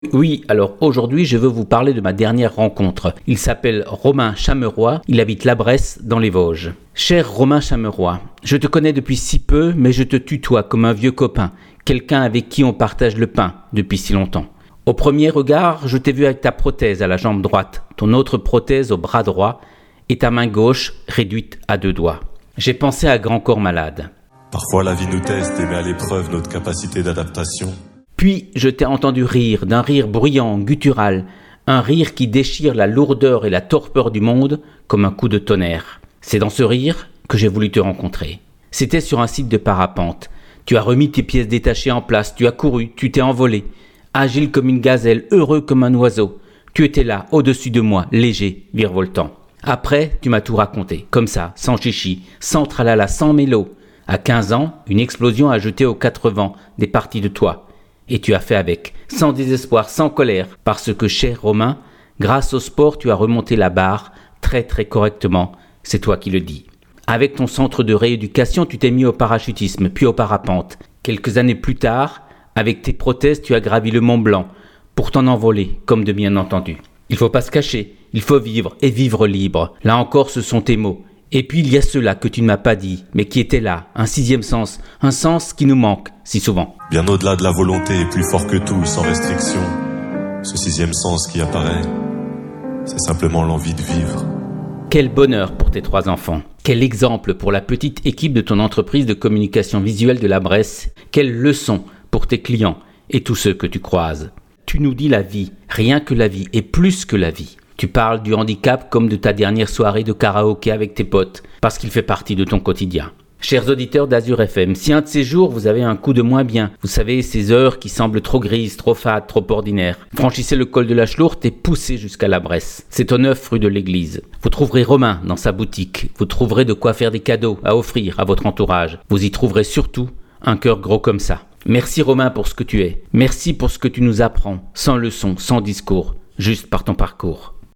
Oui, alors aujourd'hui, je veux vous parler de ma dernière rencontre. Il s'appelle Romain Chameroy, il habite La Bresse, dans les Vosges. Cher Romain Chameroy, je te connais depuis si peu, mais je te tutoie comme un vieux copain, quelqu'un avec qui on partage le pain depuis si longtemps. Au premier regard, je t'ai vu avec ta prothèse à la jambe droite, ton autre prothèse au bras droit et ta main gauche réduite à 2 doigts. J'ai pensé à Grand Corps Malade. Parfois la vie nous teste et met à l'épreuve notre capacité d'adaptation. Puis je t'ai entendu rire d'un rire bruyant, guttural, un rire qui déchire la lourdeur et la torpeur du monde comme un coup de tonnerre. C'est dans ce rire que j'ai voulu te rencontrer. C'était sur un site de parapente. Tu as remis tes pièces détachées en place, tu as couru, tu t'es envolé. Agile comme une gazelle, heureux comme un oiseau. Tu étais là, au-dessus de moi, léger, virevoltant. Après, tu m'as tout raconté, comme ça, sans chichi, sans tralala, sans mélo. À 15 ans, une explosion a jeté aux 4 vents des parties de toi. Et tu as fait avec, sans désespoir, sans colère, parce que, cher Romain, grâce au sport, tu as remonté la barre très très correctement, c'est toi qui le dis. Avec ton centre de rééducation, tu t'es mis au parachutisme, puis au parapente. Quelques années plus tard, avec tes prothèses, tu as gravi le Mont Blanc, pour t'en envoler, comme de bien entendu. Il faut pas se cacher, il faut vivre, et vivre libre. Là encore, ce sont tes mots. Et puis il y a ceux-là que tu ne m'as pas dit, mais qui étaient là, un 6e sens, un sens qui nous manque si souvent. Bien au-delà de la volonté, plus fort que tout, sans restriction, ce 6e sens qui apparaît, c'est simplement l'envie de vivre. Quel bonheur pour tes 3 enfants. Quel exemple pour la petite équipe de ton entreprise de communication visuelle de La Bresse. Quelle leçon pour tes clients et tous ceux que tu croises. Tu nous dis la vie, rien que la vie et plus que la vie. Tu parles du handicap comme de ta dernière soirée de karaoké avec tes potes, parce qu'il fait partie de ton quotidien. Chers auditeurs d'Azur FM, si un de ces jours vous avez un coup de moins bien, vous savez, ces heures qui semblent trop grises, trop fades, trop ordinaires, franchissez le col de la Schlourte et poussez jusqu'à La Bresse. C'est au 9 rue de l'Église. Vous trouverez Romain dans sa boutique. Vous trouverez de quoi faire des cadeaux à offrir à votre entourage. Vous y trouverez surtout un cœur gros comme ça. Merci Romain pour ce que tu es. Merci pour ce que tu nous apprends, sans leçon, sans discours, juste par ton parcours.